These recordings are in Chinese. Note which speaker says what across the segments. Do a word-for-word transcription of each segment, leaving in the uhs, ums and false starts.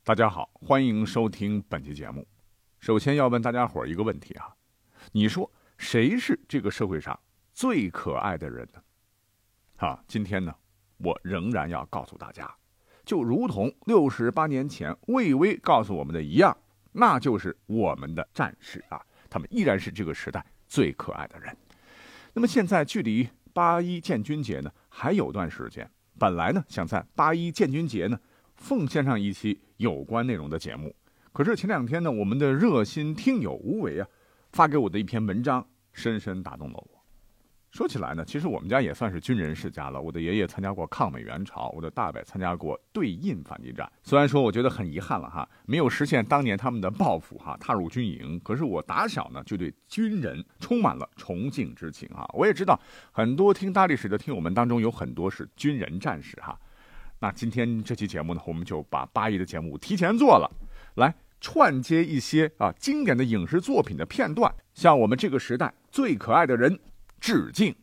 Speaker 1: 大家好，欢迎收听本期节目。首先要问大家伙一个问题啊，你说谁是这个社会上最可爱的人呢？啊，今天呢，我仍然要告诉大家，就如同六十八年前魏巍告诉我们的一样，那就是我们的战士啊，他们依然是这个时代最可爱的人。那么现在距离八一建军节呢还有段时间，本来呢想在八一建军节呢奉献上一期有关内容的节目，可是前两天呢，我们的热心听友吴为啊发给我的一篇文章，深深打动了我。说起来呢，其实我们家也算是军人世家了。我的爷爷参加过抗美援朝，我的大伯参加过对印反击战。虽然说我觉得很遗憾了哈，没有实现当年他们的抱负哈，踏入军营。可是我打小呢就对军人充满了崇敬之情哈。我也知道很多听大历史的听友们当中有很多是军人战士哈。那今天这期节目呢，我们就把八一的节目提前做了，来串接一些啊经典的影视作品的片段，向我们这个时代最可爱的人致敬。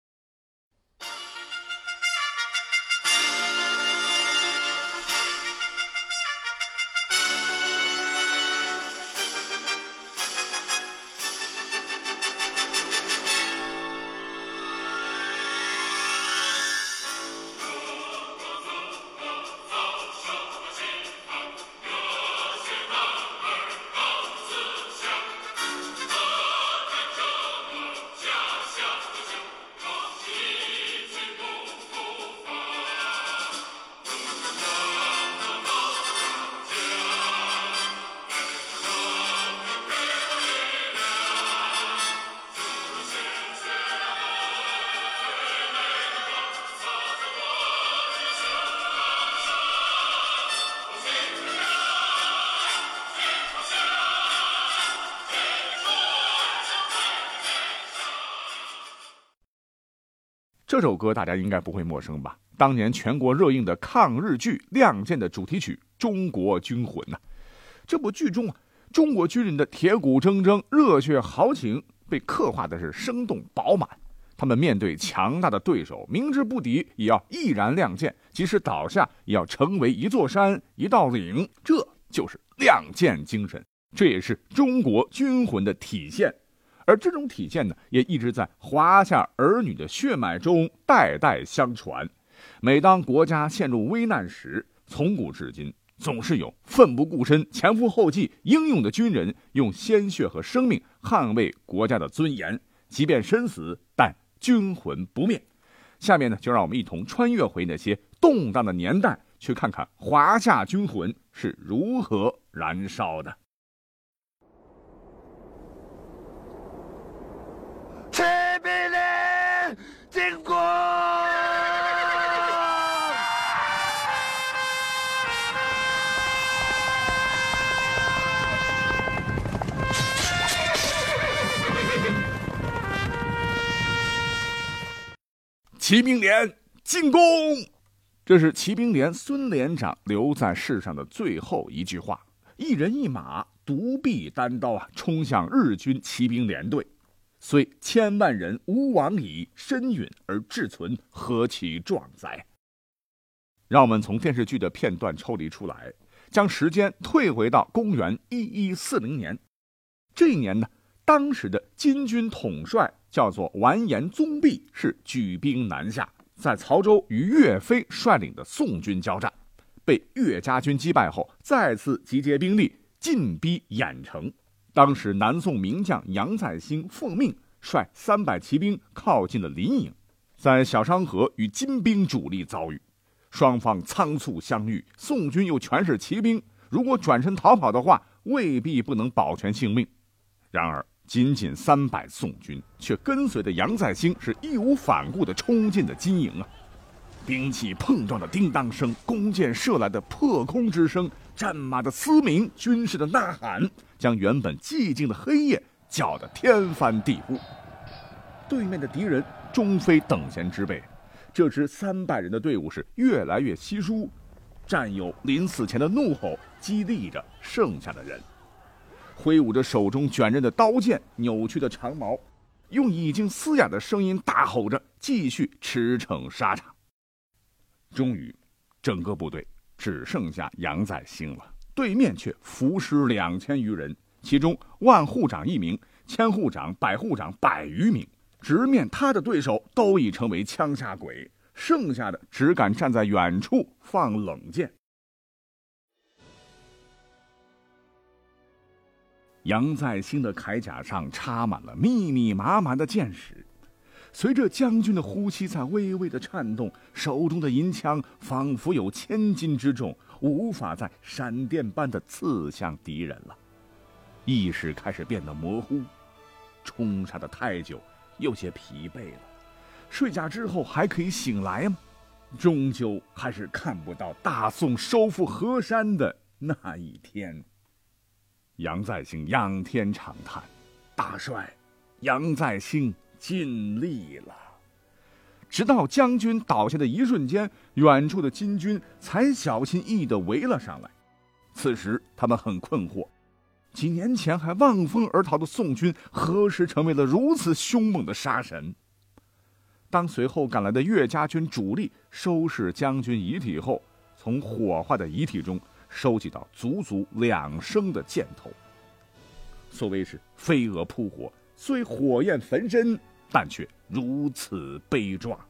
Speaker 1: 这首歌大家应该不会陌生吧？当年全国热映的抗日剧《亮剑》的主题曲《中国军魂》呐，这部剧中啊，中国军人的铁骨铮铮、热血豪情被刻画的是生动饱满。他们面对强大的对手，明知不敌也要毅然亮剑，即使倒下也要成为一座山、一道岭，这就是亮剑精神，这也是中国军魂的体现。而这种体现呢，也一直在华夏儿女的血脉中代代相传。每当国家陷入危难时，从古至今总是有奋不顾身、前赴后继、英勇的军人，用鲜血和生命捍卫国家的尊严，即便身死，但军魂不灭。下面呢，就让我们一同穿越回那些动荡的年代，去看看华夏军魂是如何燃烧的。
Speaker 2: 启兵令，进攻！
Speaker 1: 骑兵连进攻！这是骑兵连孙连长留在世上的最后一句话。一人一马，独臂单刀啊，冲向日军骑兵连队。虽千万人吾往矣，身陨而志存，何其壮哉！让我们从电视剧的片段抽离出来，将时间退回到公元一一四零年。这一年呢，当时的金军统帅叫做完颜宗弼，是举兵南下，在曹州与岳飞率领的宋军交战，被岳家军击败后，再次集结兵力进逼郾城。当时南宋名将杨再兴奉命率三百骑兵靠近了临颍，在小商河与金兵主力遭遇，双方仓促相遇，宋军又全是骑兵，如果转身逃跑的话，未必不能保全性命。然而仅仅三百宋军却跟随着杨再兴是义无反顾地冲进了金营啊！兵器碰撞的叮当声，弓箭射来的破空之声，战马的嘶鸣，军士的呐喊，将原本寂静的黑夜搅得天翻地覆。对面的敌人终非等闲之辈，这支三百人的队伍是越来越稀疏，战友临死前的怒吼激励着剩下的人，挥舞着手中卷刃的刀剑，扭曲的长矛，用已经嘶哑的声音大吼着，继续驰骋沙场。终于整个部队只剩下杨再兴了， 对面却伏尸两千余人，其中万户长一名，千户长、百户长百余名。直面他的对手都已成为枪下鬼，剩下的只敢站在远处放冷箭。杨再兴的铠甲上插满了密密麻麻的箭矢，随着将军的呼吸在微微的颤动，手中的银枪仿佛有千斤之重，无法再闪电般的刺向敌人了。意识开始变得模糊，冲杀的太久，有些疲惫了。睡下之后还可以醒来吗？终究还是看不到大宋收复河山的那一天。杨再兴仰天长叹：大帅，杨再兴尽力了。直到将军倒下的一瞬间，远处的金军才小心翼翼地围了上来。此时他们很困惑，几年前还望风而逃的宋军何时成为了如此凶猛的杀神？当随后赶来的岳家军主力收拾将军遗体后，从火化的遗体中收集到足足两升的箭头。所谓是飞蛾扑火，虽火焰焚身，但却如此悲壮。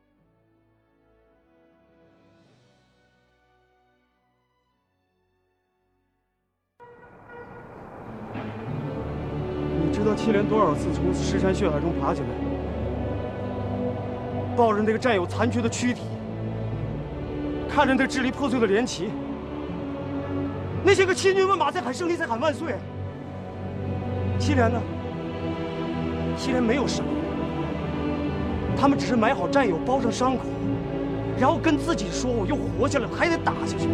Speaker 3: 你知道祁连多少次从尸山血海中爬起来，抱着那个战友残缺的躯体，看着那支离破碎的连旗，那些个千军万马在喊胜利，在喊万岁。祁连呢？祁连没有胜利，他们只是埋好战友，包上伤口，然后跟自己说：“我又活下来了，还得打下去。”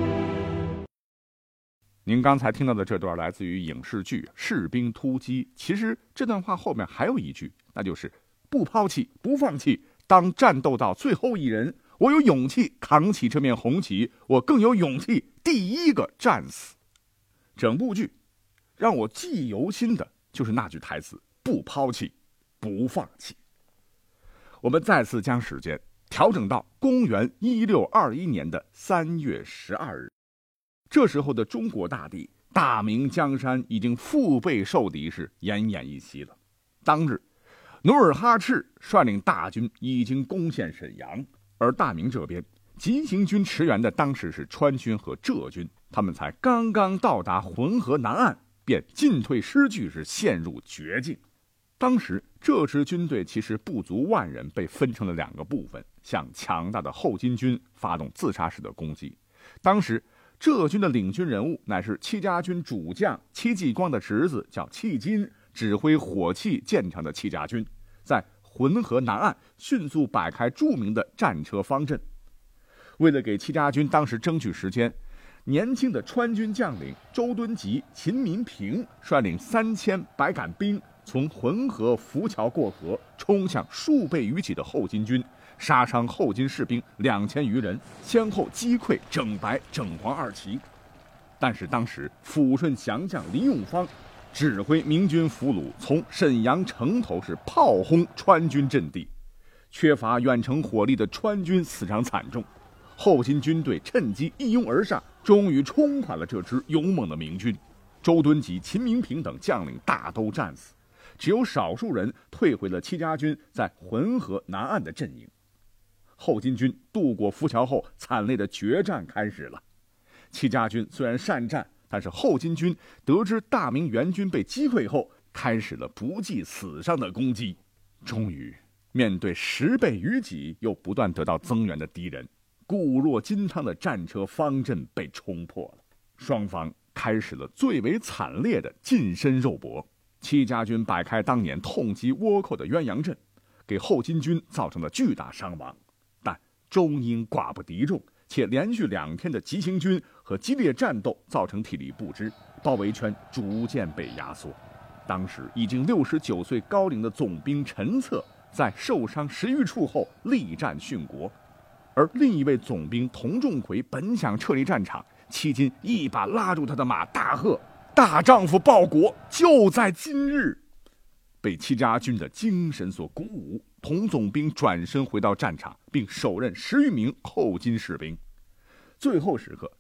Speaker 1: 您刚才听到的这段来自于影视剧《士兵突击》，其实这段话后面还有一句，那就是不抛弃，不放弃，当战斗到最后一人，我有勇气扛起这面红旗，我更有勇气第一个战死。整部剧让我记忆犹新的就是那句台词：不抛弃，不放弃。我们再次将时间调整到公元一六二一年的三月十二日，这时候的中国大地，大明江山已经腹背受敌，是奄奄一息了。当日，努尔哈赤率领大军已经攻陷沈阳，而大明这边急行军驰援的当时是川军和浙军，他们才刚刚到达浑河南岸，便进退失据，是陷入绝境。当时这支军队其实不足万人，被分成了两个部分，向强大的后金军发动自杀式的攻击。当时浙军的领军人物乃是戚家军主将戚继光的侄子，叫戚金，指挥火器建成的戚家军，在浑河南岸迅速摆开著名的战车方阵。为了给戚家军当时争取时间，年轻的川军将领周敦吉、秦民平率领三千百杆兵从浑河浮桥过河，冲向数倍于己的后金军，杀伤后金士兵两千余人，先后击溃整白、整黄二旗。但是当时抚顺降将林永芳指挥明军俘虏从沈阳城头是炮轰川军阵地，缺乏远程火力的川军死伤惨重，后金军队趁机一拥而上，终于冲垮了这支勇猛的明军。周敦吉、秦明平等将领大都战死，只有少数人退回了戚家军在浑河南岸的阵营。后金军渡过浮桥后，惨烈的决战开始了。戚家军虽然善战，但是后金军得知大明援军被击溃后，开始了不计死伤的攻击。终于面对十倍于己又不断得到增援的敌人，固若金汤的战车方阵被冲破了，双方开始了最为惨烈的近身肉搏。戚家军摆开当年痛击倭寇的鸳鸯阵，给后金军造成了巨大伤亡，但终因寡不敌众，且连续两天的急行军和激烈战斗造成体力不支，包围圈逐渐被压缩。当时已经六十九岁高龄的总兵陈策在受伤十余处后力战殉国，而另一位总兵童仲奎本想撤离战场，戚金一把拉住他的马，大喝：大丈夫报国，就在今日！被戚家军的精神所鼓舞，童总兵转身回到战场，并手刃十余名后金士兵。最后时刻，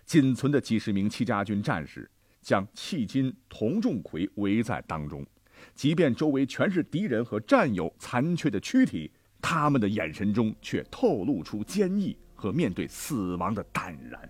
Speaker 1: 仅存的几十名戚家军战士将迄今佟仲魁围在当中，即便周围全是敌人和战友残缺的躯体，他们的眼神中却透露出坚毅和面对死亡的淡然。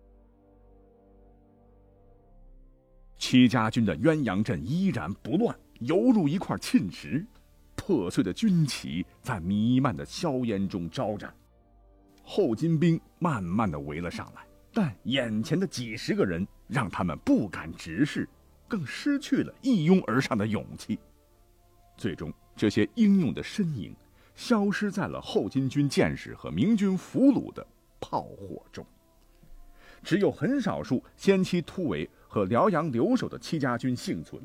Speaker 1: 戚家军的鸳鸯阵依然不乱，犹如一块沁石，破碎的军旗在弥漫的硝烟中招展。后金兵慢慢地围了上来，但眼前的几十个人让他们不敢直视，更失去了一拥而上的勇气。最终，这些英勇的身影消失在了后金军剑士和明军俘虏的炮火中。只有很少数先期突围和辽阳留守的戚家军幸存。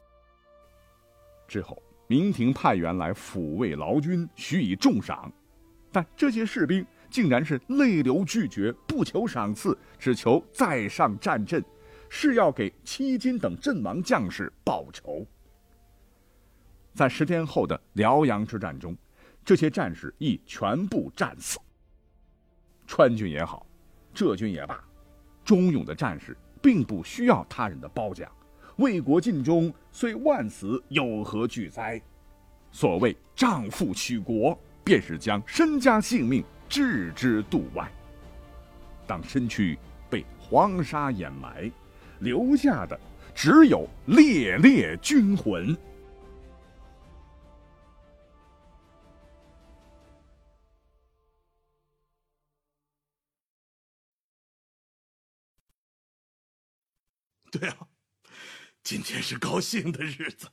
Speaker 1: 之后，明廷派员来抚慰劳军，许以重赏，但这些士兵竟然是泪流拒绝，不求赏赐，只求再上战阵，是要给戚金等阵亡将士报仇。在十天后的辽阳之战中，这些战士亦全部战死。川军也好，浙军也罢，忠勇的战士并不需要他人的褒奖，为国尽忠，虽万死有何惧哉？所谓丈夫取国，便是将身家性命置之度外。当身躯被黄沙掩埋，留下的只有烈烈军魂。
Speaker 4: 对啊，今天是高兴的日子。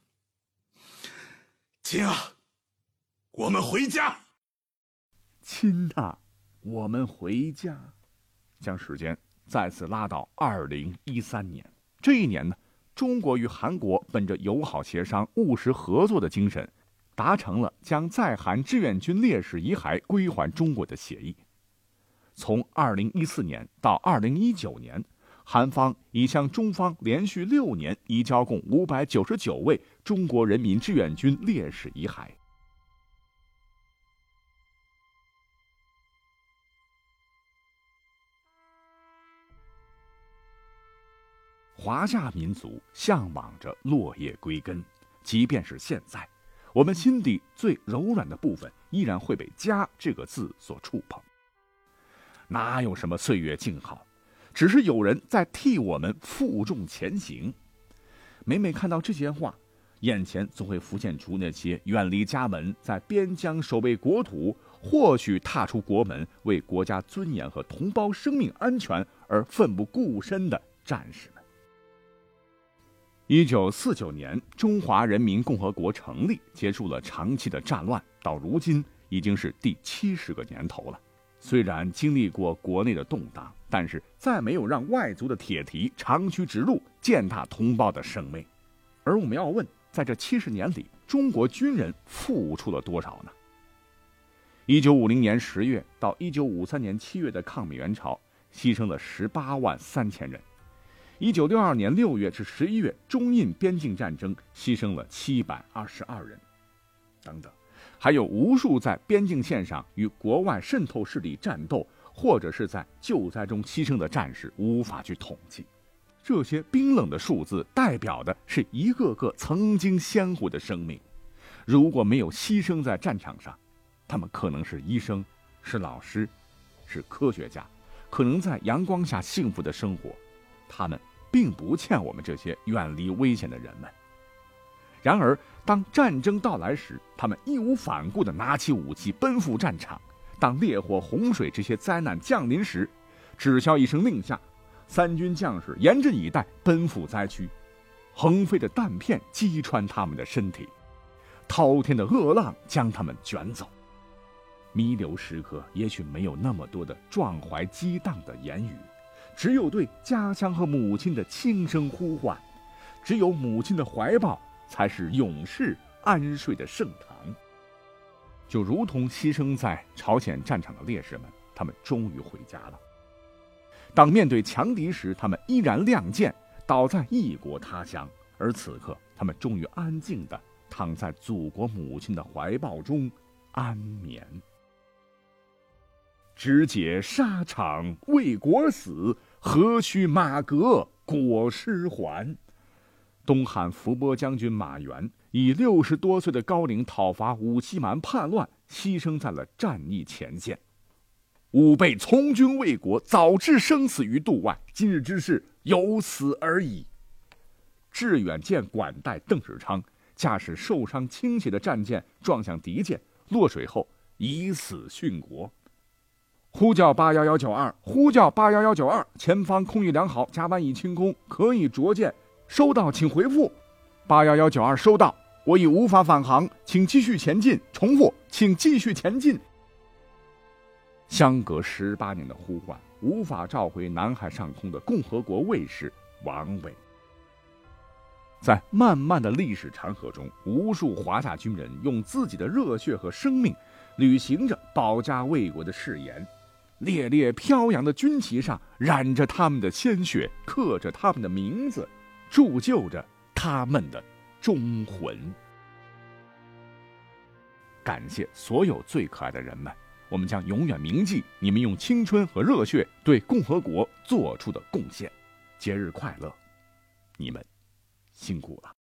Speaker 4: 亲啊，我们回家。
Speaker 1: 亲啊，我们回家。将时间再次拉到二零一三年，这一年呢，中国与韩国本着友好协商、务实合作的精神，达成了将在韩志愿军烈士遗骸归还中国的协议。从二零一四年到二零一九年，韩方已向中方连续六年移交共五百九十九位中国人民志愿军烈士遗骸。华夏民族向往着落叶归根，即便是现在，我们心底最柔软的部分依然会被家这个字所触碰。哪有什么岁月静好，只是有人在替我们负重前行。每每看到这些话，眼前总会浮现出那些远离家门，在边疆守卫国土，或许踏出国门，为国家尊严和同胞生命安全而奋不顾身的战士们。一九四九年，中华人民共和国成立，结束了长期的战乱，到如今已经是第七十个年头了。虽然经历过国内的动荡，但是再没有让外族的铁蹄长驱直入，践踏同胞的生命。而我们要问，在这七十年里，中国军人付出了多少呢？一九五零年十月到一九五三年七月的抗美援朝，牺牲了十八万三千人。一九六二年六月至十一月，中印边境战争牺牲了七百二十二人，等等，还有无数在边境线上与国外渗透势力战斗，或者是在救灾中牺牲的战士，无法去统计。这些冰冷的数字代表的是一个个曾经鲜活的生命，如果没有牺牲在战场上，他们可能是医生，是老师，是科学家，可能在阳光下幸福的生活。他们并不欠我们这些远离危险的人们。然而当战争到来时，他们义无反顾地拿起武器奔赴战场。当烈火洪水这些灾难降临时，只消一声令下，三军将士严阵以待，奔赴灾区。横飞的弹片击穿他们的身体，滔天的恶浪将他们卷走。弥留时刻也许没有那么多的壮怀激荡的言语，只有对家乡和母亲的轻声呼唤。只有母亲的怀抱才是永世安睡的圣堂。就如同牺牲在朝鲜战场的烈士们，他们终于回家了。当面对强敌时，他们依然亮剑，倒在异国他乡。而此刻，他们终于安静地躺在祖国母亲的怀抱中安眠。只解沙场为国死， 何须马革裹尸还。东汉伏波将军马援以六十多岁的高龄讨伐五七蛮叛乱，牺牲在了战役前线。吾辈从军为国，早知生死于度外，今日之事有此而已。致远舰管带邓世昌驾驶受伤倾斜的战舰撞向敌舰，落水后以死殉国。呼叫八一一九二，呼叫八一一九二，前方空域良好，甲板已清空，可以着舰。收到请回复。八一一九二收到，我已无法返航，请继续前进。重复，请继续前进。相隔十八年的呼唤，无法召回南海上空的共和国卫士王伟。在漫漫的历史长河中，无数华夏军人用自己的热血和生命，履行着保家卫国的誓言。烈烈飘扬的军旗上染着他们的鲜血，刻着他们的名字，铸就着他们的忠魂。感谢所有最可爱的人们，我们将永远铭记你们用青春和热血对共和国做出的贡献。节日快乐，你们辛苦了。